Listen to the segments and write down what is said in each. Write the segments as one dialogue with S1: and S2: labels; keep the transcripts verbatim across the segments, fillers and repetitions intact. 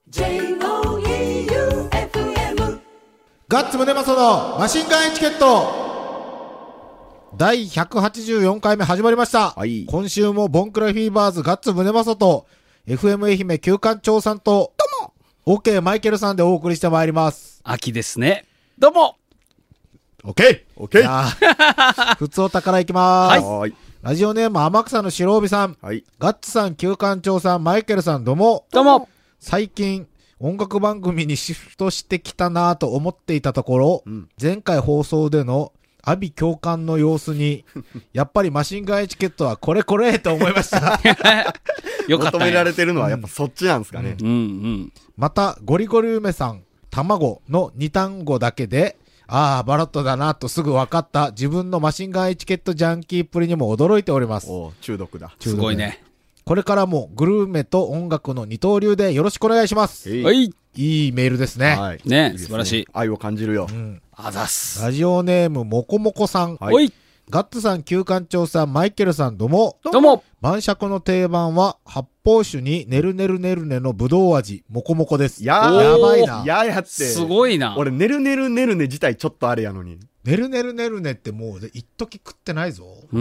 S1: ジェイオーイーユーエフエム
S2: ガッツムネマソのマシンガンエチケット第ひゃくはちじゅうよんかいめ始まりました、
S3: はい、
S2: 今週もボンクラフィーバーズガッツムネマソと エフエム 愛媛旧館長さんとどうも OK マイケルさんでお送りしてまいります。
S4: 秋ですね。どうも
S2: OK
S3: OK
S2: じゃあ普通お宝いきまーす。
S3: はい。
S2: ラジオネーム天草の白帯さん、
S3: はい、
S2: ガッツさん、旧館長さん、マイケルさん、どうも
S4: どうも。
S2: 最近音楽番組にシフトしてきたなぁと思っていたところ、うん、前回放送での阿鼻教官の様子にやっぱりマシンガンエチケットはこれこれと思いました
S4: よかった。
S3: 求められてるのはやっぱそっちなんですかね、
S4: うんうんうん、
S2: またゴリゴリ梅さん卵のに単語だけでああバロットだなとすぐ分かった自分のマシンガンエチケットジャンキーっぷりにも驚いております。
S3: お中毒だ。
S4: すごいね。
S2: これからもグルメと音楽の二刀流でよろしくお願いします。
S4: はい。
S2: いいメールですね。
S4: はい。ね、いい素晴らしい。
S3: 愛を感じるよ。
S2: うん。
S4: あざっす。
S2: ラジオネームもこもこさん。
S4: はい。
S2: ガッツさん、旧館長さん、マイケルさん、どうも。
S4: どうも。
S2: 晩酌の定番は発泡酒にねるねるねるねのぶどう味、もこもこです。
S3: や
S2: ーやばいな。
S3: ややって。
S4: すごいな。
S3: 俺、ねるねるねるね自体ちょっとあれやのに。
S2: ねるねるねるねってもう一時食ってないぞ。
S4: うん。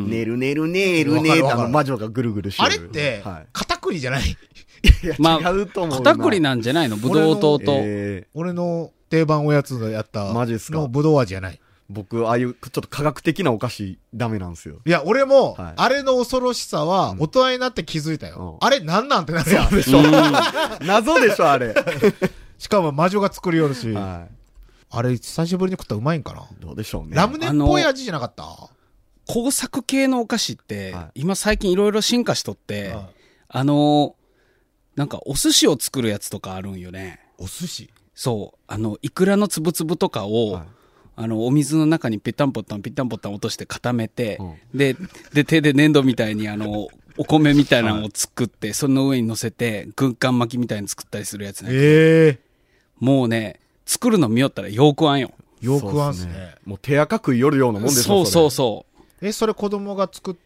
S3: ねるねるねるねってあの魔女がぐるぐるしてる。
S2: あれって、はい、片栗じゃない？い
S3: や、
S4: まあ、
S3: 違うと思うな。
S4: 片栗なんじゃないの？ぶどう糖と。
S2: えー、俺の定番おやつのやった
S3: マジっすか
S2: のぶどう味じゃない。
S3: 僕、ああいうちょっと科学的なお菓子ダメなんですよ。
S2: いや、俺も、
S3: はい、あ
S2: れの恐ろしさは大人になって気づいたよ。うん、あれなんなんてなるやん。
S3: そうでしょ。謎でしょ、あれ。
S2: しかも魔女が作りよるし。
S3: はい、
S2: あれ、久しぶりに食ったらうまいんかな。
S3: どうでしょうね。
S2: ラムネっぽい味じゃなかった？
S4: 工作系のお菓子って、はい、今最近いろいろ進化しとって、はい、あのー、なんかお寿司を作るやつとかあるんよね。
S2: お寿司？そう。
S4: あの、イクラのつぶつぶとかを、はい、あの、お水の中にぺったんぽったんぺったんぽったん落として固めて、うん、で、で、手で粘土みたいにあの、お米みたいなのを作って、はい、その上に乗せて、軍艦巻きみたいに作ったりするやつね。
S2: えー、
S4: もうね、作るの見よったらよう食わんよ。
S2: よう食わんすね。ね
S3: もう手垢食いよるようなもんですよ。
S4: そうそうそう。
S2: え、それ子供が作って、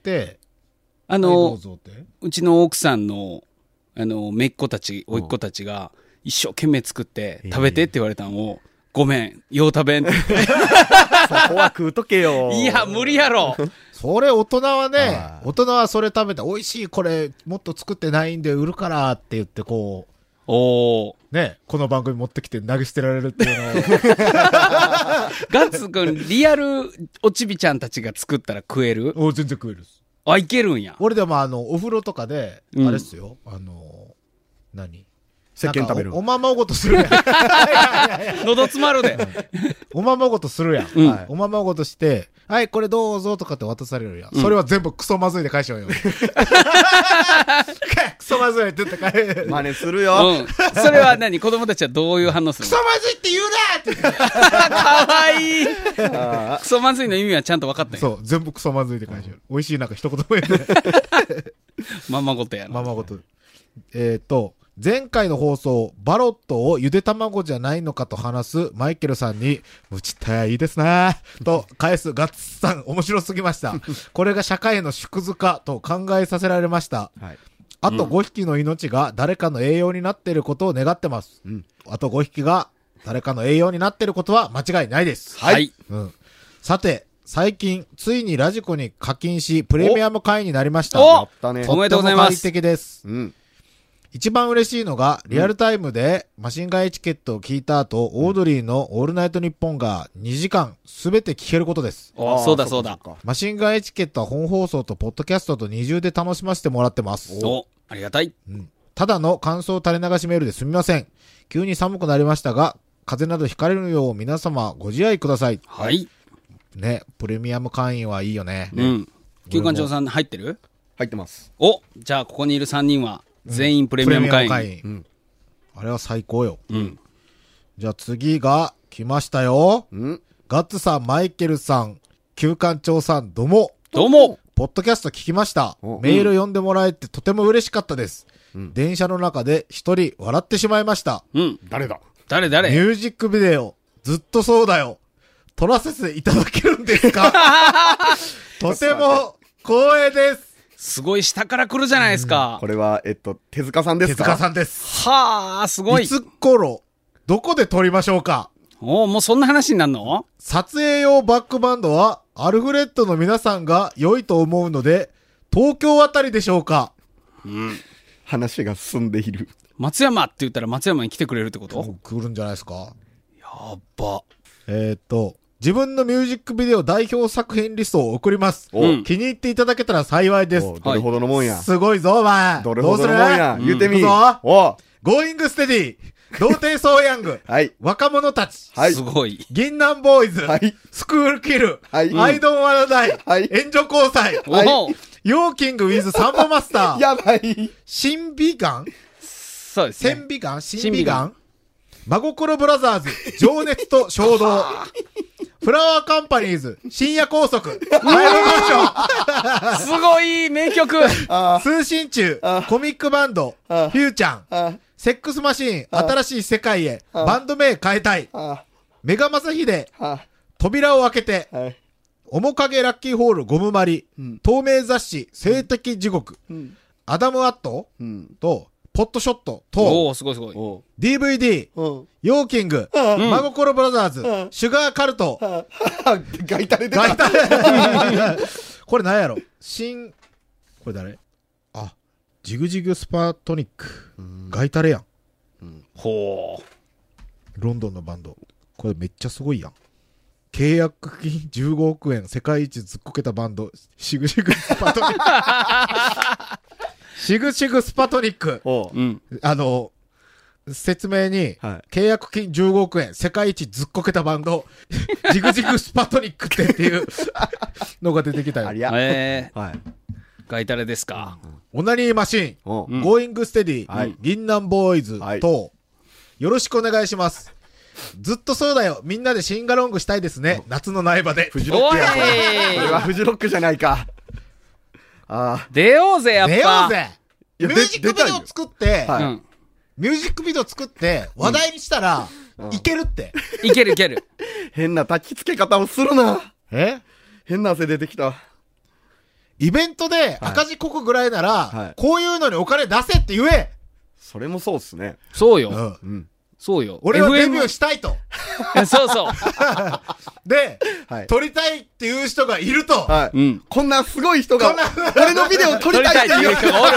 S4: あの、うちの奥さんの、あの、姪っ子たち、甥っ子たちが、一生懸命作って、食べてって言われたのを、ごめん、よう食べんって。そ
S3: こは食うとけよ。
S4: いや、無理やろ。
S2: それ大人はね、大人はそれ食べて、美味しい、これ、もっと作ってないんで売るからって言って、こう、
S4: おー。
S2: ね、この番組持ってきて投げ捨てられるっていうのを。
S4: ガッツくん、リアルおちびちゃんたちが作ったら食える？
S2: お、全然食えるっす。
S4: あ、いけるんや。
S2: 俺でもあの、お風呂とかで、あれっすよ、うん、あの、何
S3: 石鹸食べる
S2: お, おままごとするやん。
S4: 喉詰まるで。
S2: おままごとするやん、
S4: うん
S2: はい。おままごとして、はい、これどうぞとかって渡されるやん。うん、それは全部クソまずいで返しちゃうよ。クソまずいって言って返る。
S3: 真似するよ。
S4: うん。それは何？子供たちはどういう反応するの？
S2: クソまずいって言うなって言って。
S4: かわいい。クソまずいの意味はちゃんと分かったんや。
S2: そう、全部クソまずいで返しちゃう。うん、美味しいなんか一言も言えない。
S4: ままごとやな。
S2: ままごと。えっと、前回の放送、バロットをゆで卵じゃないのかと話すマイケルさんに、むちったやいいですねと返すガッツさん、面白すぎました。これが社会の縮図かと考えさせられました。はい、あとごひきの命が誰かの栄養になっていることを願ってます。うん、あとごひきが誰かの栄養になっていることは間違いないです。
S4: はい。
S2: うん、さて、最近、ついにラジコに課金し、プレミアム会員になりました。
S4: おおめでとうございます。
S2: 快適です。うん一番嬉しいのが、リアルタイムでマシンガンエチケットを聞いた後、うん、オードリーのオールナイトニッポンがにじかんすべて聞けることです。
S4: ああ、そうだそうだ。
S2: マシンガンエチケットは本放送とポッドキャストと二重で楽しませてもらってます。
S4: お、ありがたい。
S2: うん。ただの感想垂れ流しメールですみません。急に寒くなりましたが、風邪などひかれるよう皆様ご自愛ください。
S4: はい。
S2: ね、プレミアム会員はいいよね。
S4: うん。旧館長さん入ってる？
S3: 入ってます。
S4: お、じゃあここにいるさんにんは、全員プレミアム会員。会員うん、
S2: あれは最高よ。
S4: うん。
S2: じゃあ次が来ましたよ。うん、ガッツさん、マイケルさん、旧館長さん、どうも。
S4: どうも。
S2: ポッドキャスト聞きました。メール読んでもらえてとても嬉しかったです。うん、電車の中で一人笑ってしまいました。
S4: うん。
S3: 誰だ
S4: 誰誰
S2: ミュージックビデオ、ずっとそうだよ。撮らせていただけるんですかとても光栄です。
S4: すごい下から来るじゃないですか。
S3: これは、えっと、手塚さんですか？
S2: 手塚さんです。
S4: はあ、すごい。
S2: いつ頃、どこで撮りましょうか？
S4: おお、もうそんな話になるの？
S2: 撮影用バックバンドは、アルフレッドの皆さんが良いと思うので、東京あたりでしょうか？
S4: うん。
S3: 話が進んでいる。
S4: 松山って言ったら松山に来てくれるってこと？
S2: 来るんじゃないですか？
S4: やっば。
S2: えーっと、自分のミュージックビデオ代表作品リストを送ります。
S4: うん、
S2: 気に入っていただけたら幸いです。
S3: どれほどのもんや。
S2: すごいぞ、お前。
S3: どれほどのもんや。言うてみ。
S2: うん、
S3: お
S2: ゴーイングステディ、童貞ソーヤング、
S3: はい。
S2: 若者たち、
S3: はい。
S4: すごい。
S2: 銀杏ボーイズ、
S3: はい。
S2: スクールキル、
S3: はい。
S2: アイドンワナダイ、
S3: はい。
S2: 援助交際、
S3: はい
S4: お
S2: ヨーキングウィズサンボマスター、
S3: やばい。
S2: 新美眼
S4: そうですね。
S2: 千美眼新美眼真心ブラザーズ、情熱と衝動、フラワーカンパニーズ、深夜拘束、マイロモーション、
S4: すごい名曲。
S2: 通信中、コミックバンド、フューチャン、セックスマシーン、新しい世界へ、バンド名変えたい、メガマサヒデ、扉を開けて、面影ラッキーホールゴムマリ、透明雑誌、性的地獄、アダムアットと、ポットショット
S4: お
S2: と、
S4: お、すごいすごい。
S2: ディーブイディー、ヨーキング、真心ブラザーズ、シュガーカルト、
S3: ガイタレ出
S2: ガイ
S3: た。
S2: タこれ何やろ新、これ誰あ、ジグジグスパトニック。ガイタレやん。
S4: ほう。
S2: ロンドンのバンド。これめっちゃすごいやん。契約金じゅうごおくえん、世界一ずっこけたバンド、シグシグスパトニック。シグシグスパトニック。
S3: お
S4: うん。
S2: あの、説明に、
S3: はい。
S2: 契約金じゅうごおくえん、世界一ずっこけたバンド、ジグジグスパトニックってっていうのが出てきたよ。
S3: ありゃ。
S4: えー、
S3: はい。
S4: ガイタレですか。
S2: オナニーマシーン、
S3: お
S4: うん
S2: ゴーイングステディ、
S3: はい
S2: 銀杏ボーイズ
S3: はい
S2: と、よろしくお願いします。ずっとそうだよ。みんなでシンガロングしたいですね。夏の苗場で。
S3: フジロックや。
S4: おい
S3: これはフジロックじゃないか。ああ。
S4: 出ようぜ、やっぱ。
S2: 出ようぜ。
S3: いや
S2: ミュージックビデオ作って、
S3: はい
S4: うん。
S2: ミュージックビデオ作って、話題にしたら、
S3: うん
S2: いけるって。
S4: いけるいける。
S3: 変な焚き付け方をするな。
S2: え
S3: 変な汗出てきた。
S2: イベントで赤字こくぐらいなら、
S3: はい
S2: こういうのにお金出せって言え。
S3: それもそうっすね。
S4: そうよ。
S2: うん
S3: うん。
S4: そうよ。
S2: 俺はデビュー
S4: エフ
S2: したいと。
S4: エム そうそう。
S2: で、
S3: はい。
S2: 撮りたいっていう人がいると。
S3: はい。
S4: うん。
S3: こんなすごい人が
S2: こんな、
S3: 俺のビデオ撮りたいっていう。
S4: 撮り人がおる。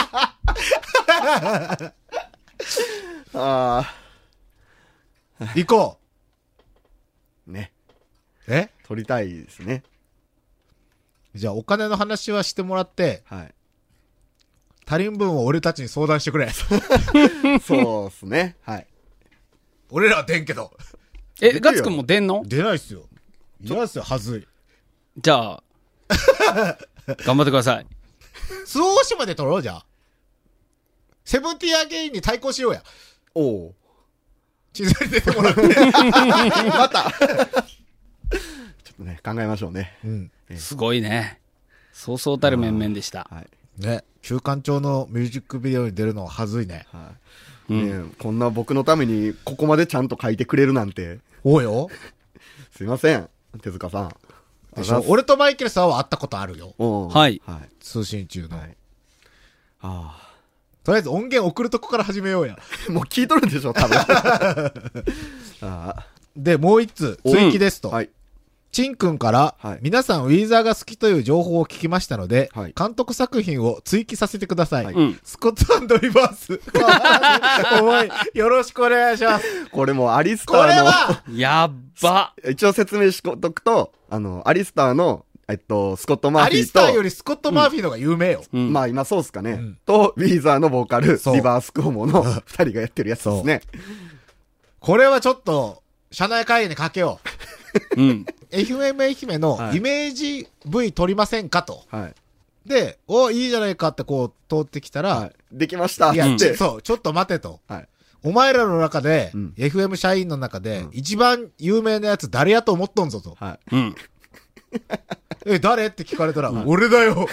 S3: あ
S2: 行こ
S3: あ。ね。
S2: う。え
S3: 撮りたいですね。
S2: じゃあお金の話はしてもらって、
S3: はい。
S2: 足りん分を俺たちに相談してくれ。
S3: そうっすね。はい。
S2: 俺らは出んけど。
S4: え、ガッツくんも出んの？
S2: 出ないっすよ。嫌っすよ、はずい。
S4: じゃあ、頑張ってください。
S2: 周防大島で撮ろうじゃあ。セブンティーアゲインに対抗しようや。
S3: おお。
S2: 地図に出てもらって。
S3: また。ちょっとね、考えましょうね。
S2: うん。
S4: すごいね。そうそうたる面々でした。
S3: はい。
S2: ね。中間町のミュージックビデオに出るのははずいね。
S3: はい。ねえこんな僕のためにここまでちゃんと書いてくれるなんて。
S2: おうよ。
S3: すいません。手塚さん。
S2: でしょ。俺とマイケルさんは会ったことあるよ。
S3: うん
S4: はい
S3: はい。
S2: 通信中の。
S3: はいあ
S2: とりあえず音源送るとこから始めようや。
S3: あ。もう聞いとるんでしょ、多分。ああ。
S2: で、もう一つ、追記ですと。
S3: はい。
S2: チンくんから、
S3: はい
S2: 皆さんウィーザーが好きという情報を聞きましたので、
S3: はい
S2: 監督作品を追記させてください。
S3: はい
S4: うん。
S2: スコットリバース。重い。よろしくお願いします。
S3: これもうアリスタ
S2: これ
S3: ー
S2: は、
S4: やっば。
S3: の、一応説明しとくと、あの、アリスターの、えっと、スコット・マー
S2: ア
S3: フィーと、
S2: リスターよりスコット・マーフィーの方が有名よ。
S4: うん。
S3: まあ今そうっすかね。
S2: うん
S3: と、ウィーザーのボーカル、
S2: そう
S3: リバースクオモの二人がやってるやつですね。
S2: これはちょっと、社内会議にかけよう。
S4: うん。
S2: エフエム 愛媛の
S3: はい
S2: イメージ ブイ 撮りませんかと。
S3: はい。
S2: で、お、いいじゃないかってこう通ってきたら、
S3: はい。できましたっ
S2: いや、
S3: て。
S2: ちそう、ちょっと待てと。
S3: はい。
S2: お前らの中で、
S3: うん
S2: エフエム 社員の中で、
S3: うん
S2: 一番有名なやつ誰やと思っとんぞと。
S3: はい。
S4: うん。
S2: え、誰って聞かれたら、俺だよ。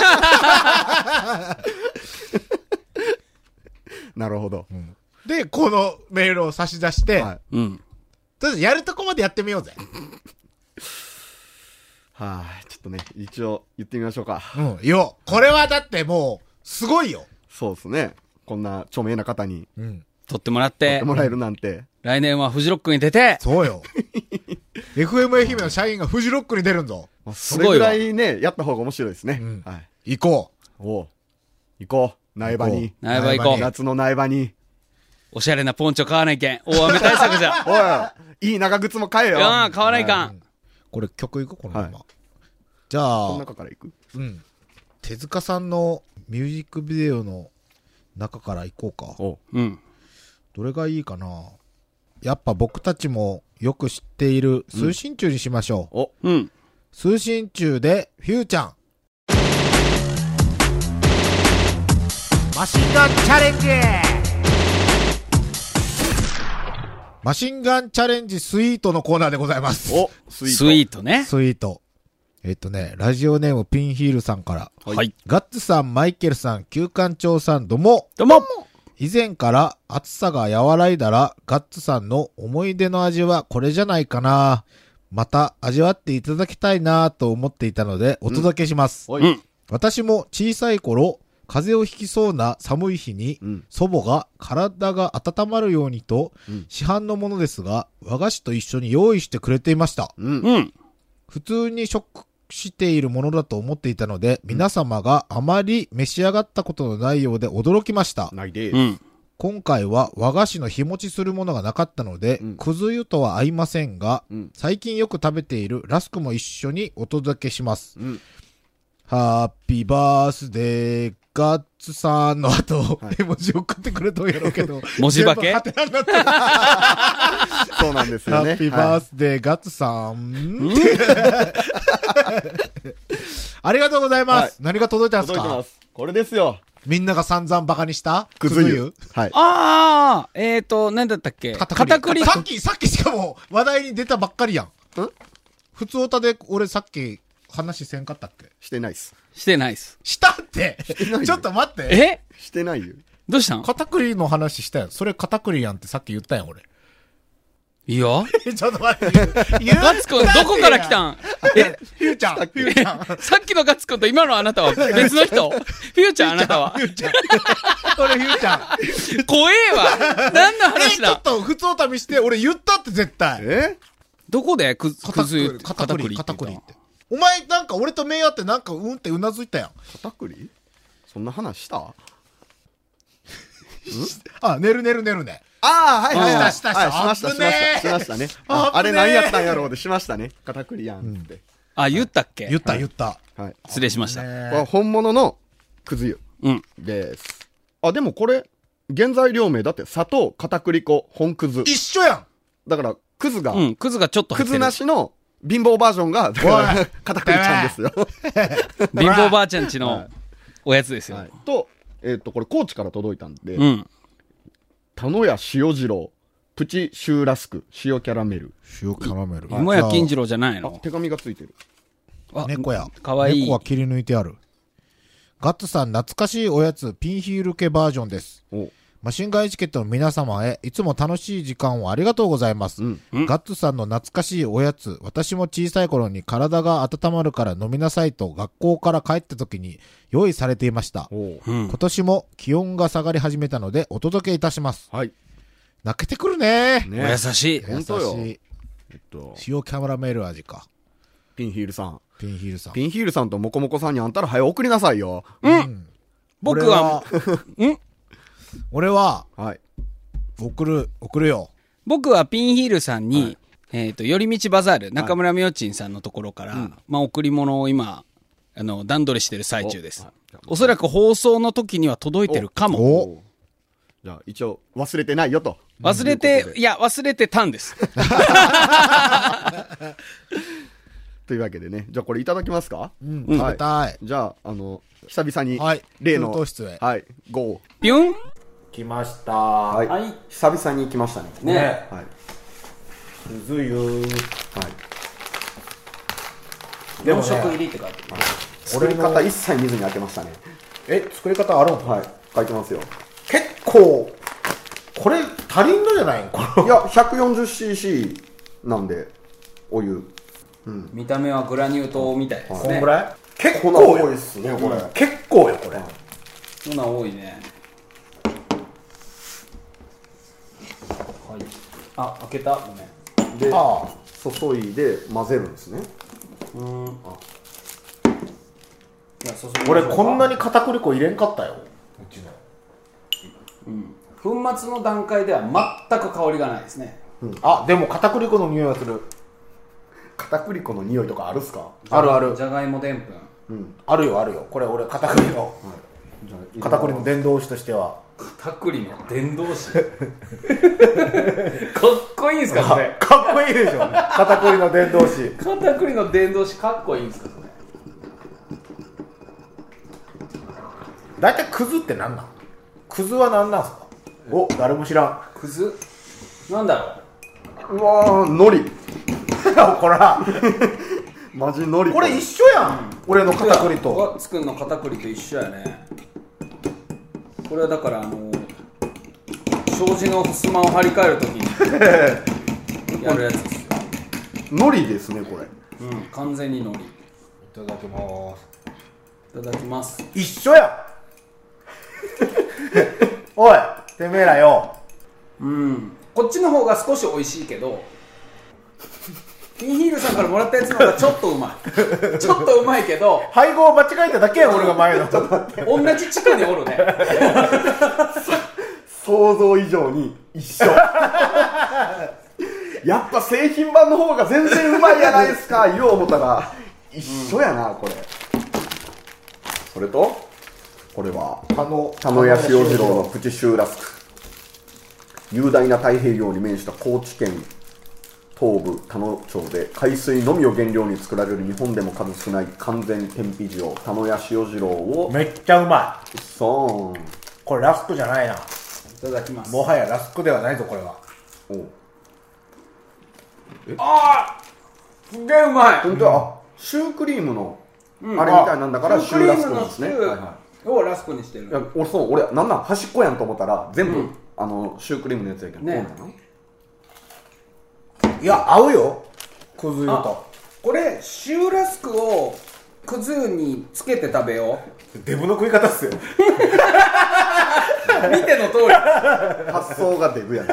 S3: なるほど。
S2: で、このメールを差し出して、
S3: はい。
S4: うん。
S2: とりあえずやるとこまでやってみようぜ。
S3: はい。ちちょっとね、一応言ってみましょうか。
S2: うん、よ。これはだってもう、すごいよ。
S3: そうですね。こんな著名な方に
S2: うん。
S4: 撮ってもらっ、
S3: 撮っててもらえるなんて。
S4: 来年はフジロックに出て、
S2: そうよ。エフエム 愛媛の社員がフジロックに出るんぞ。
S3: それぐらいね、やった方が面白いですね。
S2: うん
S3: はい。
S2: 行こ
S3: おう行こう。苗場に。
S4: 苗場行こう。
S3: 夏の苗場に。
S4: おしゃれなポンチョ買わないけん。大雨対策じゃ。
S3: おい、いい長靴も買えよ。
S4: いやー買わないかん。
S2: う。これ曲いこうこのまま。
S3: はい
S2: じゃ
S3: この
S2: あ、
S3: 中から行く
S2: うん。手塚さんのミュージックビデオの中から行こうか。
S3: おう
S4: うん。
S2: どれがいいかな。やっぱ僕たちもよく知っている通信中にしましょう。
S3: お、
S4: うん。
S2: 通信中でフューちゃん。マシンガンチャレンジマシンガンチャレンジスイートのコーナーでございます。
S3: お、スイート。
S4: スイートね。
S2: スイート。えっとね、ラジオネームピンヒールさんから。
S4: はい。
S2: ガッツさん、マイケルさん、旧館長さん、どうも。
S4: どうも。
S2: 以前から暑さが和らいだら、ガッツさんの思い出の味はこれじゃないかな。また味わっていただきたいなと思っていたのでお届けします。
S3: おい。
S4: うん。
S2: 私も小さい頃、風邪をひきそうな寒い日に、
S3: うん。
S2: 祖母が体が温まるようにと、
S3: うん
S2: 市販のものですが、和菓子と一緒に用意してくれていました。
S3: うん。
S4: うん。
S2: 普通に食しているものだと思っていたので、皆様があまり召し上がったことのないようで驚きました。
S3: ないで。
S4: うん。
S2: 今回は和菓子の日持ちするものがなかったので、
S3: うん
S2: くず湯とは合いませんが、
S3: うん。
S2: 最近よく食べているラスクも一緒にお届けします。
S3: うん。
S2: ハッピーバースデーガッツさんの後、
S3: はい
S2: 絵文字送ってくれとんやろうけど、
S4: 文字化け
S2: 全部ハテナになってる
S3: そうなんですよね。
S2: ハッピーバー
S3: は
S2: スデーガッツさん。ありがとうございます。
S3: はい
S2: 何が届いたん
S3: い
S2: ですか？
S3: 届いてます。これですよ。
S2: みんなが散々バカにした
S3: くず湯。はい。
S4: ああ、えーと、なんだったっけ片栗。
S2: さっき、さっきしかも話題に出たばっかりやん。
S3: ん
S2: 普通歌で俺さっき話せんかったっけ？
S3: してないっす。
S4: してないっす。
S2: したって
S3: ないよ
S2: ちょっと待って。
S4: え
S3: してないよ。
S4: どうしたん
S2: 片栗の話したやん。それ片栗やんってさっき言ったやん、俺。
S4: いや
S2: ちょっと待って。言う
S4: ガッツくん、どこから来たん
S2: え、フューちゃん、フューちゃん。
S4: さっきのガッツくんと今のあなたは別の人フューチャーあなたは
S2: フューちゃん。俺フューちゃん。
S4: 怖えわ何の
S2: え、
S4: 話だ
S2: ちょっと普通歌見して、俺言ったって絶対。
S3: え
S4: どこでく、く
S2: 片
S4: ず
S2: 栗、片栗、片栗
S4: 言った
S2: って。お前なんか俺と目合ってなんかうんってうなずいたやん。
S3: 片栗そんな話した
S2: あ、寝る寝る寝るね。
S3: ああ、はいはいはい。
S2: したしたした
S3: はいしました、しまし
S2: 危ねえ
S3: た。しましたね。
S2: 危ねえ
S3: ああれ何やったんやろうでしましたね。片栗やんって。
S4: あ、言ったっけ
S2: 言った言った。
S3: はい。
S4: 失礼しました。
S3: これ
S2: ね
S3: 本物のくず湯
S4: うん。
S3: です。あ、でもこれ、原材料名だって砂糖、片栗粉、本くず。
S2: 一緒やん。
S3: だから、くずが、
S4: うん、クズがちょっと入
S3: くず
S4: ってる。
S3: なしの貧乏バージョンが、だから片栗ちゃんですよ。
S4: 貧乏ばあちゃんち
S3: は
S4: の
S3: い
S4: おやつですよ。
S3: はい。と、えっと、これ高知から届いたんで、
S4: うん。
S3: 田野屋塩次郎、プチシューラスク、塩キャラメル。
S2: 塩キャラメル。
S4: 芋や金次郎じゃない
S3: あ
S4: の、
S3: 手紙がついてる。
S4: あ
S2: 猫や。
S4: かわいい
S2: 猫は切り抜いてある。ガッツさん懐かしいおやつ、ピンヒール系バージョンです。
S3: お
S2: マシンガンエチケットの皆様へ、いつも楽しい時間をありがとうございます。
S3: うん。
S4: うん
S2: ガッツさんの懐かしいおやつ、私も小さい頃に体が温まるから飲みなさいと学校から帰った時に用意されていました。
S3: おう
S4: うん
S2: 今。年も気温が下がり始めたのでお届けいたします。
S3: はい。
S2: 泣けてくるね。
S4: お
S3: ね
S4: 優しい。
S3: 本当よ
S2: 優しい
S3: えっと、
S2: 塩キャラメル味か。
S3: ピンヒールさん。
S2: ピンヒールさん。
S3: ピンヒールさんとモコモコさんにあんたら早送りなさいよ。
S2: うん。
S4: 僕は、
S2: 俺
S4: ん
S2: 俺は、
S3: はい。
S2: 送る、送るよ。
S4: 僕はピンヒールさんに、
S3: はい
S4: えっ、と、寄り道バザール、中村明珍さんのところから、
S3: うん
S4: まあ、贈り物を今、あの、段取りしてる最中です。
S3: お
S4: おそらく放送の時には届いてるかも。
S2: お
S3: おじゃあ、一応、忘れてないよと。
S4: 忘れ
S3: というこ、とで
S4: ていや、忘れてたんです。
S3: というわけでね。じゃあ、これいただきますか
S2: うん、
S3: うん
S2: 食べたい。
S3: じゃあ、あの、久々に、
S2: はい。
S3: 例の、
S2: 給湯室へ。
S3: はい、ゴー。
S4: ピュン
S2: 来ました。
S3: はい。
S4: はい
S3: 久々に来ましたね。
S4: ね
S3: はい。
S2: むずいよ。
S3: はい。
S2: でもね
S4: 洋食入りって書いてある。
S3: 作り方一切見ずに開けましたね。
S2: え、作り方あるん
S3: はい。書いてますよ。
S2: 結構、これ足りんのじゃないんこ
S3: いや、ひゃくよんじゅうシーシー なんで、お湯。 ん
S4: 見た目はグラニュー糖みたいですね。
S2: こんぐらい結
S3: 粉
S2: 構よ
S3: 多いっすねこれ、
S2: 結構よこれ、
S4: そんなん多いね。はい。あ、開けた。ごめん。
S3: で
S2: あ
S3: 注いで混ぜるんですね。
S4: うーん。いや、注ぎましょうか
S2: 俺こんなに片栗粉入れんかったよ、うちの。
S4: 粉末の段階では全く香りがないですね。
S2: あ、でも片栗粉の匂いがする。
S3: 片栗粉の匂いとかあるっすか？
S2: あるある
S4: じゃがいもでんぷん。
S3: うん。
S2: あるよあるよ。これ俺片栗の、
S3: じゃあ
S2: 片栗の伝道師としては
S4: 片栗の伝道師。かっこいいんですかそれ。
S2: かっこいいでしょ片栗の伝道師。
S4: 片栗の伝道師かっこいいんですかそれ。
S2: だいたいくずって何なん？くずは何なんすか？お、誰も知らん。
S4: くずなんだろう。
S3: うわー、海苔。
S2: こら
S3: マジ海苔。
S2: これ一緒やん、俺の片栗と。
S4: ワッツくんの片栗と一緒やね。これはだからあの障子の襖を張り替えるときにやるやつですよ。
S3: 海苔ですねこれ。
S4: うん、完全に海苔。い
S2: いただきます。
S4: ただきます。
S2: 一緒やんおい、てめえらよ。
S4: うん、こっちの方が少し美味しいけど、ピンヒールさんからもらったやつの方がちょっとうまい。ちょっとうまいけど、
S2: 配合間違えただけやん、俺が前の。
S4: 同じ地区におるね。
S3: 想像以上に一緒。やっぱ製品版の方が全然うまいやないですか言おう思ったら一緒やな、これ。それとこれは
S2: あの
S3: 田野谷塩次郎のプチシューラスク。雄大な太平洋に面した高知県東部田野町で海水のみを原料に作られる日本でも数少ない完全天日塩田野谷塩次郎を
S2: めっちゃうまい。
S3: そーん。
S2: これラスクじゃないな。
S4: いただきます。
S2: もはやラスクではないぞこれは。
S3: おう
S4: あー、すげえうまい。
S3: 本当は、あ、シュークリームの
S4: うん
S3: あれみたいなんだからシューラスクなんですね。
S4: シュークリームのシュー
S3: はいは
S4: をラスクにしてる。
S3: い、いや俺そう俺なんなん端っこやんと思ったら全部、
S4: うん
S3: あのシュークリームのやつやけど、
S4: ね
S3: こうなの？
S2: いや、合うよ、くず湯
S4: あ
S2: と。
S4: これシューラスクをくずにつけて食べよ
S2: デブの食い方っすよ。
S4: う。見ての通り。
S3: 発想がデブやな。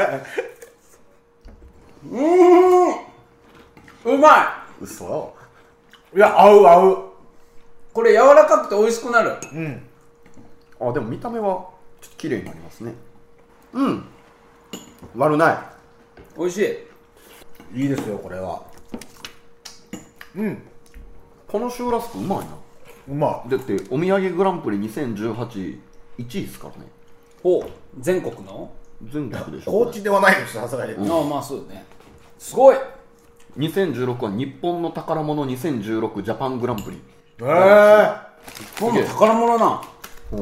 S4: うーん、うま
S3: 嘘よ。
S2: いや、合う合う。
S4: い。これ柔らかくて美味しくなる。
S2: うん。
S3: あ、でも見た目はちょっと綺麗になりますね。うん、悪ない。
S4: 美味しい。
S2: いいですよこれは。うん、
S3: このシューラスクうまいな。
S2: うまい。
S3: だってお土産グランプリにせんじゅうはちいちいですからね。
S4: ほう、全国の、
S3: 全国でしょ。
S2: 高知ではないですさすがに。
S4: ああまあそうね。すごい。
S3: にせんじゅうろくは日本の宝物にせんじゅうろくジャパングランプリ。
S2: えー、
S4: 今度宝物な。
S3: うん、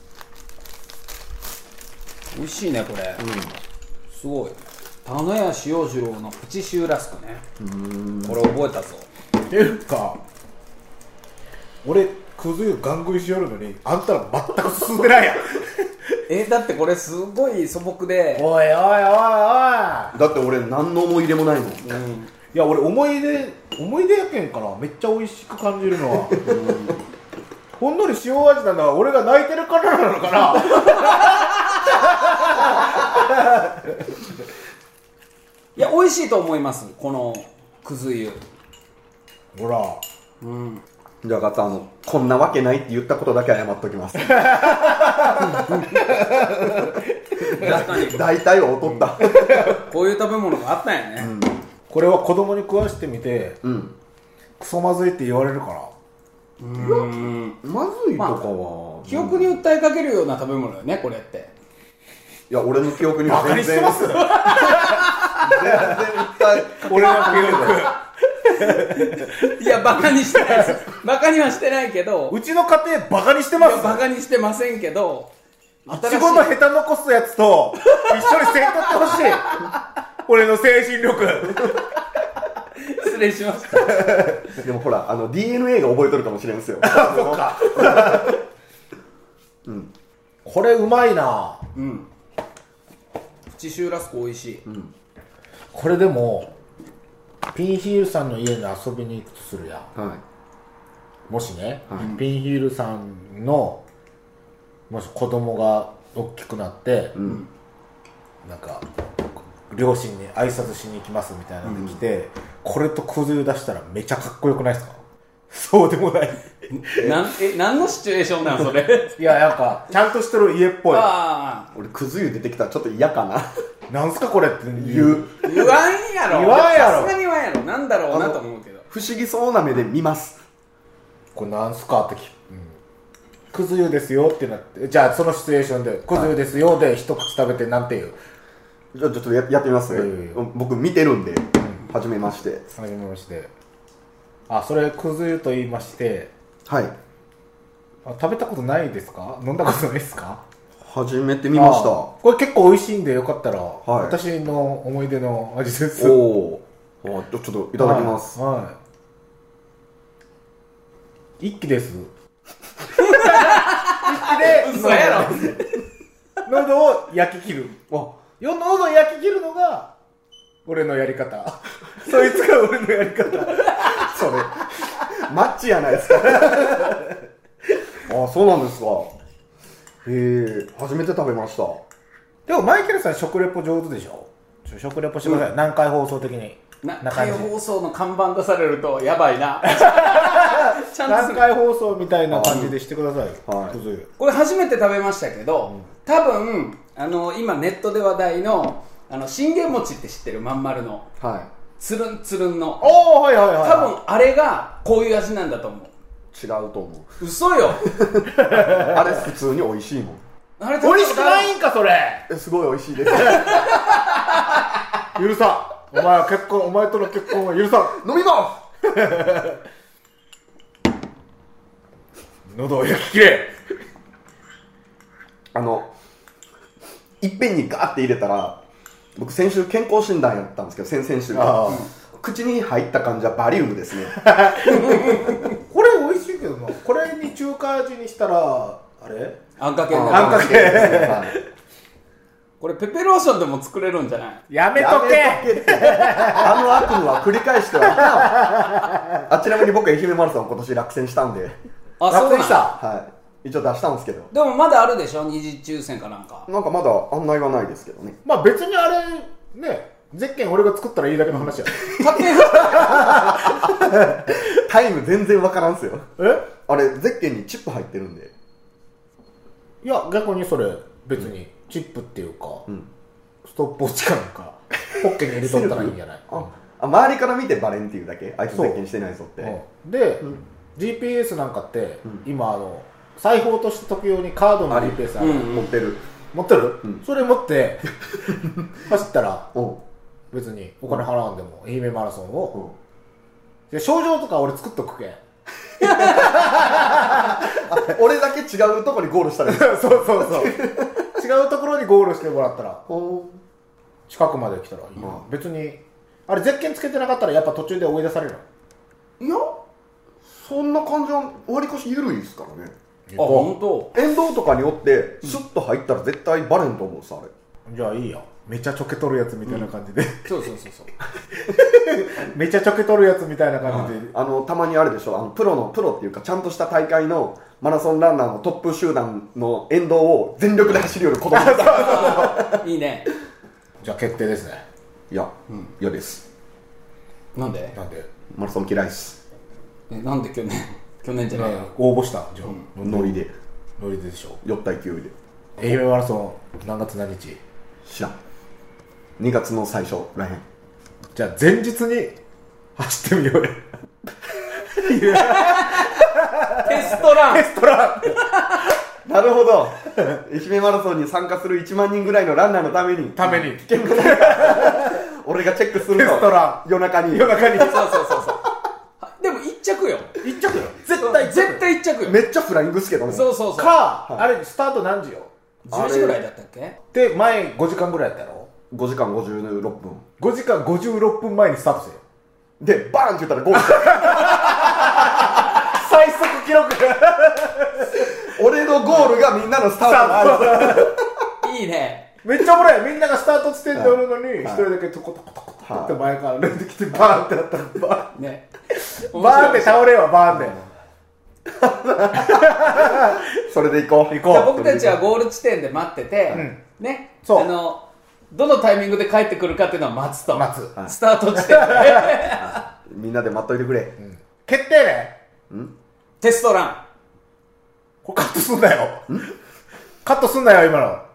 S4: 美味しいねこれ。すごい。田野谷塩次郎のプチシューラスクね。これ覚えたぞ。
S2: っていうか、俺くず湯ガン食いしよるのにあんたら全く進んでないやん。
S4: えー、だってこれすごい素朴で、
S2: おいおいおいおい。
S3: だって俺何の思い入れもないもん。
S2: いや俺思い出思い出やけんからめっちゃ美味しく感じるのは、ほんのり塩味なのは俺が泣いてるからなのかな。
S4: いや美味しいと思いますこのくず湯。
S2: ほら、
S4: うん。
S3: じゃあガッツあのこんなわけないって言ったことだけ謝っときます。
S4: 確かに
S3: 大体は劣った。
S4: こういう食べ物があったんやね。
S2: これは子供に食わしてみて
S3: うん。
S2: クソまずいって言われるから
S4: うーん。
S3: まずいとかは、
S4: 記憶に訴えかけるような食べ物よねこれって。
S3: いや俺の記憶には
S2: バカに
S3: 全然
S2: してます
S3: 全然訴え
S2: 俺の記憶。
S4: いやバカにしてないです。バカにはしてないけど、
S2: うちの家庭バカにして
S4: い
S2: ます。
S4: やバカにしてませんけど、
S2: いちごのヘタ残すやつと一緒にせんとってほしい。俺の精神力。
S4: 失礼しました。
S3: でもほらあの ディーエヌエー が覚えとるかもしれんすよ。
S2: そっか。
S3: うん、
S2: これうまいな。
S4: うん。プチシューラスク美味しい。
S3: うん、
S2: これでもピンヒールさんの家に遊びに行くとするやん。
S3: はい
S2: もしね、
S3: はい
S2: ピンヒールさんのもし子供が大きくなって、
S3: うん、
S2: なんか両親に挨拶しに行きますみたいなので来て、うん、これとくず湯出したらめちゃかっこよくないですか？そうでもない
S4: なんえ何のシチュエーションなんそれ
S2: いやなんかちゃんとしてる家っぽい。
S4: あ
S3: 俺くず湯出てきたらちょっと嫌かな
S2: なんすかこれって言う
S4: 言わんやろ
S2: 言わんやろ
S4: さすがに言わんやろなんだろうなと思うけど
S3: 不思議そうな目で見ます。
S2: これなんすかって聞く、うん、くず湯ですよってなって、じゃあそのシチュエーションでくず湯ですよで一口食べてなんて言う？
S3: じゃあちょっと や, やってみますね、
S2: うん、
S3: 僕見てるんで、うん、はじめまして
S2: はじめまして。あ、それくず湯と言いまして、
S3: はい。
S2: あ、食べたことないですか？飲んだことないですか？
S3: 初めて見ました。
S2: これ結構美味しいんでよかったら、
S3: はい、
S2: 私の思い出の味です。
S3: おお、ちょっといただきます。
S2: はい、はい、一気です。一気で
S4: 嘘やろ
S2: 喉を焼き切る。あ、喉を焼き切るのが俺のやり方。そいつが俺のやり方。
S3: それマッチやないですかあ、そうなんですか。へえ、初めて食べました。
S2: でもマイケルさん食レポ上手でしょ？食レポしてください、うん、何回放送的に。
S4: 何回放送の看板出されるとやばいな
S2: ちゃんと何回放送みたいな感じでしてください、はい、
S4: これ初めて食べましたけど、うん、多分あの今ネットで話題のあの信玄餅って知ってる？まん丸の、はい、つるんつるんの、
S2: おー、はいはいはい、
S4: 多分あれがこういう味なんだと思う。
S3: 違うと思う。
S4: 嘘よ
S3: あれ普通に美味しいもん。
S2: あれ美味しくないんかそれ。
S3: え、すごい美味しいです
S2: 許さん、お前は結婚、お前との結婚は許さん。
S3: 飲みます
S2: 喉を焼き切れ。
S3: あのいっぺんにガーって入れたら、僕先週健康診断やったんですけど、先々週が口に入った感じはバリウムですね
S2: これ美味しいけどな。これに中華味にしたらあれ
S4: あんかけ
S2: あんかけ
S4: これペペローションでも作れるんじゃない？
S2: やめとけ
S3: あの悪夢は繰り返してはあちなみに僕愛媛マラソン今年落選したんで。
S4: あ、そうなんだ。
S3: はい、一応出したんですけど。
S4: でもまだあるでしょ、二次抽選かなんか。
S3: なんかまだ案内はないですけどね。
S2: まあ別にあれね、ゼッケン俺が作ったらいいだけの話や。
S4: 勝手に
S3: タイム全然わからんすよ。
S2: え？
S3: あれゼッケンにチップ入ってるんで。
S2: いや逆にそれ別にチップっていうか、うん、ストップウォッチかなんかポッケに入れとったらいいんじゃない？
S3: あ、周りから見てバレンっていうだけ。あいつゼッケンしてないぞって。
S2: うん、で、うん、ジーピーエス なんかって、うん、今あの財布落とした時用にカードの ジーピーエス ある、
S3: うん、持ってる
S2: 持ってる、うん、それ持って走ったら別にお金払わんでも愛媛マラソンを、うん、で賞状とか俺作っとくけん
S3: 俺だけ違うところにゴールしたらいいそう
S2: そうそう違うところにゴールしてもらったら近くまで来たらいい、うん、別にあれゼッケンつけてなかったらやっぱ途中で追い出されるの？
S3: いやそんな感じはわりかし緩いですからね。
S4: あ、本当。
S3: 沿道とかにおってシュッと入ったら絶対バレんと思うさ、あれ。
S2: じゃあいいや、めちゃちょけとるやつみたいな感じで、うん、
S4: そうそうそうそう
S2: めちゃちょけとるやつみたいな感じで、
S3: あのたまにあるでしょ、あのプロのプロっていうかちゃんとした大会のマラソンランナーのトップ集団の沿道を全力で走るような子供
S4: だいいね。
S2: じゃあ決定ですね。
S3: いや、うん、嫌です。
S4: なんで？
S3: なんでマラソン嫌いです。
S4: え、なんで去年去年じゃないよ、
S2: 応募したじゃあ、
S3: うん、ノリで
S2: ノリででしょ、
S3: 酔った勢いで。
S2: 愛媛マラソン何月何日？
S3: 知らん。にがつの最初らへん。
S2: じゃあ前日に走ってみようよ
S4: テストラン
S2: テストラ
S3: ンなるほど愛媛マラソンに参加するいちまんにんぐらいのランナーのために
S2: ために
S3: 危険な俺がチェックするの
S2: テストラン
S3: 夜中に
S2: 夜中に
S4: そうそうそうそうでも一着よ
S2: 一着よ絶対
S4: 絶対一着よ。
S3: めっちゃフライングっすけどね。
S4: そうそうそう
S2: か、はい、あれスタート何時よ？
S4: じゅうじぐらいだったっけ？
S2: で前ごじかんぐらいやったやろ？
S3: ごじかんごじゅうろっぷん。
S2: ごじかんごじゅうろっぷんまえにスタートせよ。
S3: でバーンって言ったらゴール
S2: 最速記録
S3: 俺のゴールがみんなのスタート。
S4: いいね。
S2: めっちゃおもろい。みんながスタート地点でおるのに一、はい、人だけトコトコトコト
S3: はい
S2: って前から出てきてバーンってなったらバーン
S4: ね。
S2: バーンって倒れよバーンで
S3: それで行こう。
S2: 行こう
S4: じゃあ僕たちはゴール地点で待ってて、
S2: ん
S4: ね、
S2: そう
S4: あのどのタイミングで帰ってくるかっていうのは待つと。
S2: 待つ
S3: はい
S4: スタート地点で
S3: みんなで待っといてくれ。
S2: 決定ね
S4: テストラン。
S2: これカットすんなよカットすんなよ今の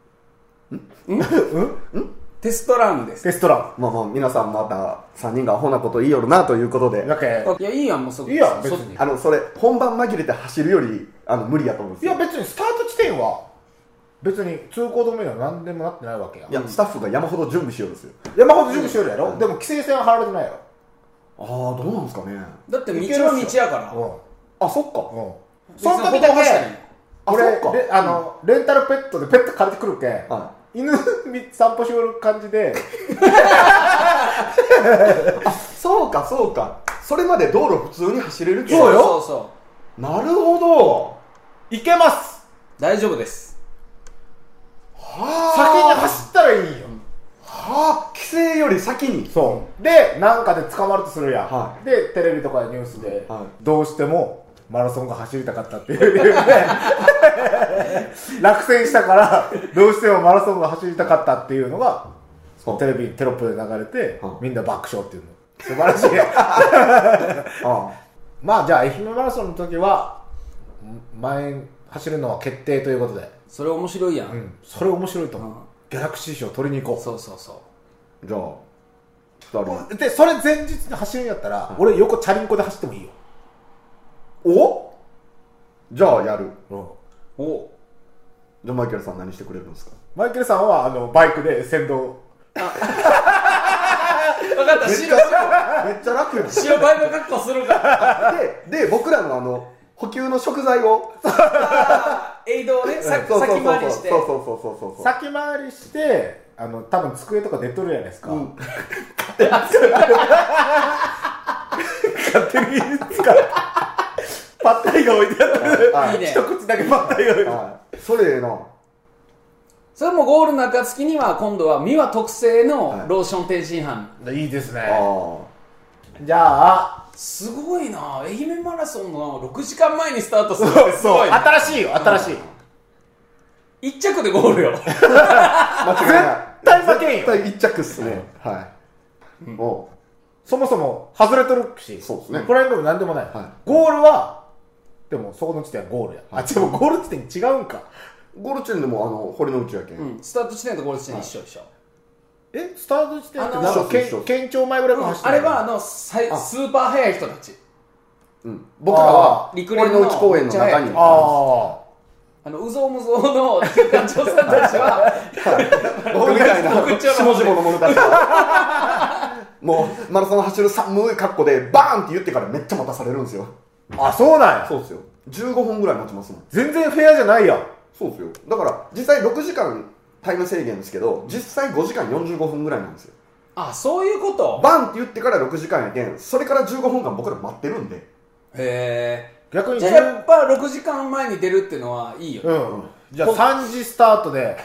S4: テストランです。
S2: テストラ
S3: まあまあ皆さんまたさんにんがアホなこと言いよるなということで
S2: ンだけ
S4: いやいいやんもうそ
S2: いいやん別に
S3: あのそれ本番紛れて走るよりあの無理やと思うんですよ。
S2: いや別にスタート地点は別に通行止めには何でもなってないわけや
S3: いやスタッフが山ほど準備しようんですよ。
S2: 山ほど準備しよるやろ、でも規制線は張られてないやろ
S3: ああどうなんですかね。
S4: だって道は道やから。
S2: うん
S3: あそっか。
S2: うんその時だけ
S3: あ
S2: 俺
S3: そっか
S2: レあのレンタルペットでペット借りてくるけん、
S3: は
S2: 犬散歩しよる感じで
S3: そうかそうか。それまで道路普通に走れるけど。
S2: そうよ
S4: そうそう
S3: なるほど。
S2: 行けます
S4: 大丈夫です。
S3: は
S2: 先に走ったらいいんよ、
S3: はあ規制より先に。
S2: そうでなんかで捕まるとするやん、
S3: は
S2: でテレビとかニュースで、
S3: はい
S2: どうしてもマラソンが走りたかったっていう理由で落選したからどうしてもマラソンが走りたかったっていうのが
S3: そう
S2: テレビにテロップで流れて、
S3: はい
S2: みんな爆笑っていうの素晴らしい
S3: あ
S2: まあじゃあ愛媛マラソンの時は前走るのは決定ということで、
S4: それ面白いやん。
S2: うん、それ面白いと思う、
S4: うん
S2: ギャラクシー賞取りに行こう
S4: そうそうそう。
S3: じゃあふたり
S2: でそれ前日に走るんやったら、俺横チャリンコで走ってもいいよ、
S3: おじゃあやる。
S4: お
S3: じゃあマイケルさん何してくれるんですか。
S2: マイケルさんはあのバイクで先導
S4: 分かった。
S3: めっち
S4: 白
S3: ゃめっちゃ楽やん。
S4: 白バイク格好するから。
S3: でで僕らのあの補給の食材を
S4: エイドをね、さ
S3: そうそうそう
S4: 先回りして。
S3: そうそうそうそうそうそう。
S2: 先回りしてあの多分机とか出とるじゃないですか、
S4: うん
S2: 勝手に使うパッタイが置いてある
S3: はい
S4: いいね
S2: 一口だけパッタイが置いてあ
S3: はいそれええな。
S4: それもゴールの暁には今度は三輪特製
S3: はい
S4: のローション天津飯。
S2: るいいですね
S3: あ
S2: じゃあ
S4: すごいな。愛媛マラソンのろくじかんまえにスタートするっ
S2: そう
S4: てすごいね。
S2: 新しいよ新しい、
S4: 一着でゴールよ。
S3: あ間違いない。
S2: 絶対負けんよ
S3: 絶対一着っすね。はいお
S2: そもそも外れとるし
S3: そうですね
S2: これでも何でもない、
S3: は
S2: ゴールはでもそこの地点はゴールや、
S3: はい
S2: あでもゴール地点違うんか
S3: ゴール地点でもあの堀之内やけん。
S4: うん、スタート地点とゴール地点一緒一緒。
S2: えスタート地点って
S4: あの
S2: なんか
S3: 一緒一緒
S2: 県県庁前ぐらいから走ってない
S4: あれはあのさい
S3: あ
S4: スーパー速い人たち。
S3: うん僕らは
S4: あー
S3: 堀之内公園の中に
S2: ああ
S4: あのうぞうむぞうの休館長さんたちは
S3: 僕みたいな
S4: 僕ちょ
S3: 下々の者たちはもうマラソン走る寒い格好でバーンって言ってからめっちゃ待たされるんですよ。
S2: あそうなんや
S3: そうですよ。じゅうごふんぐらい待ちますもん。
S2: 全然フェアじゃないやん
S3: そうですよ。だから実際ろくじかんタイム制限ですけど実際ごじかんよんじゅうごふんぐらいなんですよ。
S4: あ、そういうこと。
S3: バンって言ってからろくじかんやけんそれからじゅうごふんかん僕ら待ってるんで。
S4: へ
S2: 逆に
S4: え。じゃあやっぱろくじかんまえに出るっていうのはいいよ。
S2: うんじゃあさんじスタートで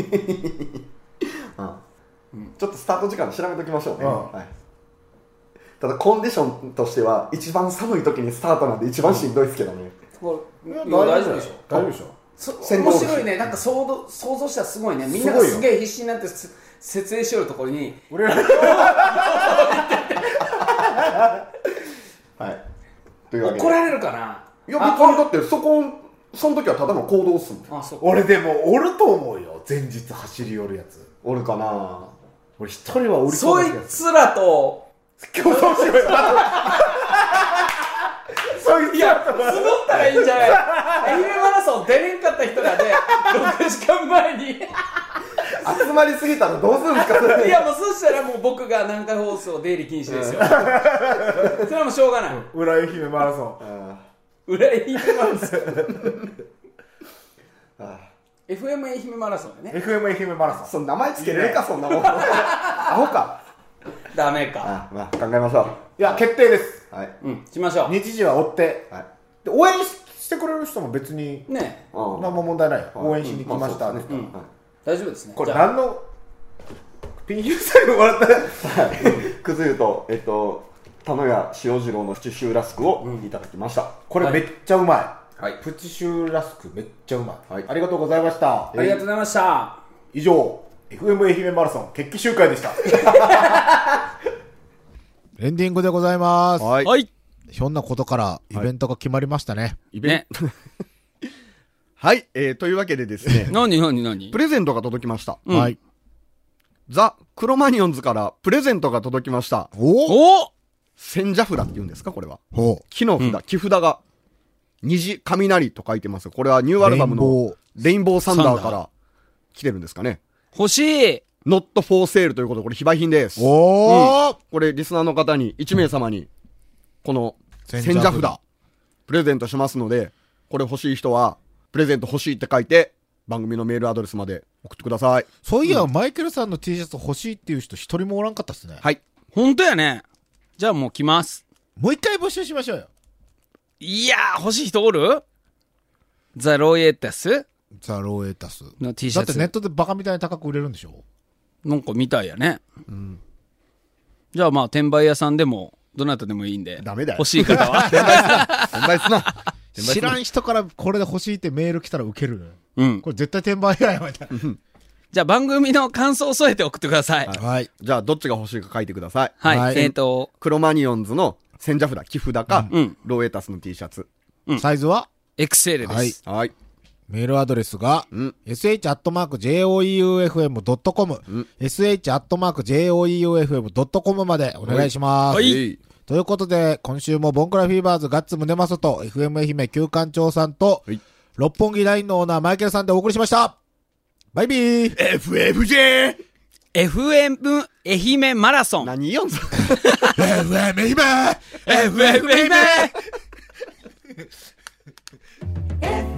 S3: ちょっとスタート時間調べときましょうね、
S2: うん
S3: はい、ただコンディションとしては一番寒い時にスタートなんで一番しんどいですけどね。
S4: これいや
S2: いや
S4: 大丈夫でしょ。
S2: 大丈夫でしょ
S4: そ
S3: 先導
S4: 面白いね。なんか想像想像したらすごいね。みんなが
S2: すごいよ
S4: すげえ必死になってす設営しよるところに
S2: 俺ら
S3: はいというわけで
S4: 怒られるかな。
S3: いや別にだってそこその時はただの行動っすもん。
S4: あ、そう。
S2: 俺でもおると思うよ前日走り寄るやつ
S3: おるかな。
S2: 俺一人はおりそ
S4: そうい
S2: な気がす
S4: つらと
S2: る競争しようよそいつらと
S4: 募ったらいいんじゃない。愛媛マラソン出れんかった人らでろくじかんまえに
S3: 集まりすぎたらどうするんですかそれ。
S4: いやもうそしたらもう僕が南海放送出入り禁止ですよ。それはもうしょうがない。
S2: 浦井姫マラソン
S3: あ
S4: 浦井愛媛マラソン
S3: ーあ
S4: エフエム 愛媛マラソンでね。
S2: エフエム 愛媛マラソン
S3: ーその名前つけれるかそんなもん。アホか。
S4: ダメか。
S3: あまあ考えましょ
S2: いや決定です
S3: う。はい
S4: うん、しましょう。
S2: 日時は追って
S3: はい
S2: で応援してくれる人も別に
S4: ね
S3: うん
S2: 何も問題ないよ応援しに来ましたって
S3: うんまあそうですね
S4: うん大丈夫ですね。
S2: これ
S4: じゃあ
S2: 何の
S5: ピンヒュー最後笑った。
S3: くず湯と、えっと、田野屋塩次郎のプチシューラスクをいただきました。
S5: これめっちゃうまい。
S6: はい。
S5: プチシューラスクめっちゃうまい。
S3: はい
S5: ありがとうございました。
S6: ありがとうございました。
S5: 以上、エフエム 愛媛マラソン決起集会でした。
S2: エンディングでございます。
S3: はい。
S4: はい。
S2: ひょんなことからイベントが決まりましたね。
S3: イベン
S4: ね。
S3: ト。はい、えー、というわけでですね、
S4: なになになに
S3: プレゼントが届きました。
S4: うん
S2: はい。
S3: ザ・クロマニオンズからプレゼントが届きました。
S2: お
S4: お
S3: 千社札って言うんですかこれは。
S2: ほ
S3: 木の札、木札が、虹、雷と書いてます。これはニューアルバムのレインボーサンダーから来てるんですかね。
S4: 欲しい
S3: not for sale ということで、これ非売品です。
S2: う。おー、
S3: これリスナーの方にいち名様に、この千
S2: 千社札
S3: 社札、プレゼントしますので、これ欲しい人は、プレゼント欲しいって書いて、番組のメールアドレスまで送ってください。
S2: そういや、マイケルさんの T シャツ欲しいっていう人一人もおらんかったっすね。
S3: はい。
S4: ほんとやね。じゃあもう来ます。
S2: もう一回募集しましょうよ。
S4: いやー、欲しい人おるザ・ロイエタス
S2: ザ・ローエータス。
S4: の T シャツ。
S2: だってネットでバカみたいに高く売れるんでしょ？
S4: なんかみたいやね。じゃあまあ、転売屋さんでも、どなたでもいいんで。
S3: ダメだよ
S4: 欲しい方は。
S3: 転売すな。
S2: 知らん人からこれで欲しいってメール来たらウケる。
S4: うん。
S2: これ絶対転売やよ、みたい
S4: じゃあ番組の感想を添えて送ってください。
S2: な。はい。
S3: じゃあ、どっちが欲しいか書いてください。
S4: はい。
S2: はい
S4: えっ、ー、と、
S3: クロマニオンズの千社札、木札か、
S4: うん
S3: ローエタスの T シャツ。
S2: サイズは
S4: エクセル です。
S2: はい
S3: はい。
S2: メールアドレスが、
S3: うん
S2: エスエイチ アットマーク ジェイオーイーユーエフエム ドットコム、
S3: ん
S2: エスエイチ アットマーク ジェイオーイーユーエフエム ドットコム までお願いします。
S4: はい
S3: えい
S2: ということで、今週もボンクラフィーバーズガッツムネマソと エフエム 愛媛旧館長さんと、
S3: はい
S2: 六本木ラインのオーナーマイケルさんでお送りしました。バイビー
S3: エフエフジェー
S4: エフエム 愛媛マラソン。
S3: 何よんぞ。
S2: エフエム 愛媛
S4: エフエム 愛媛
S1: エフ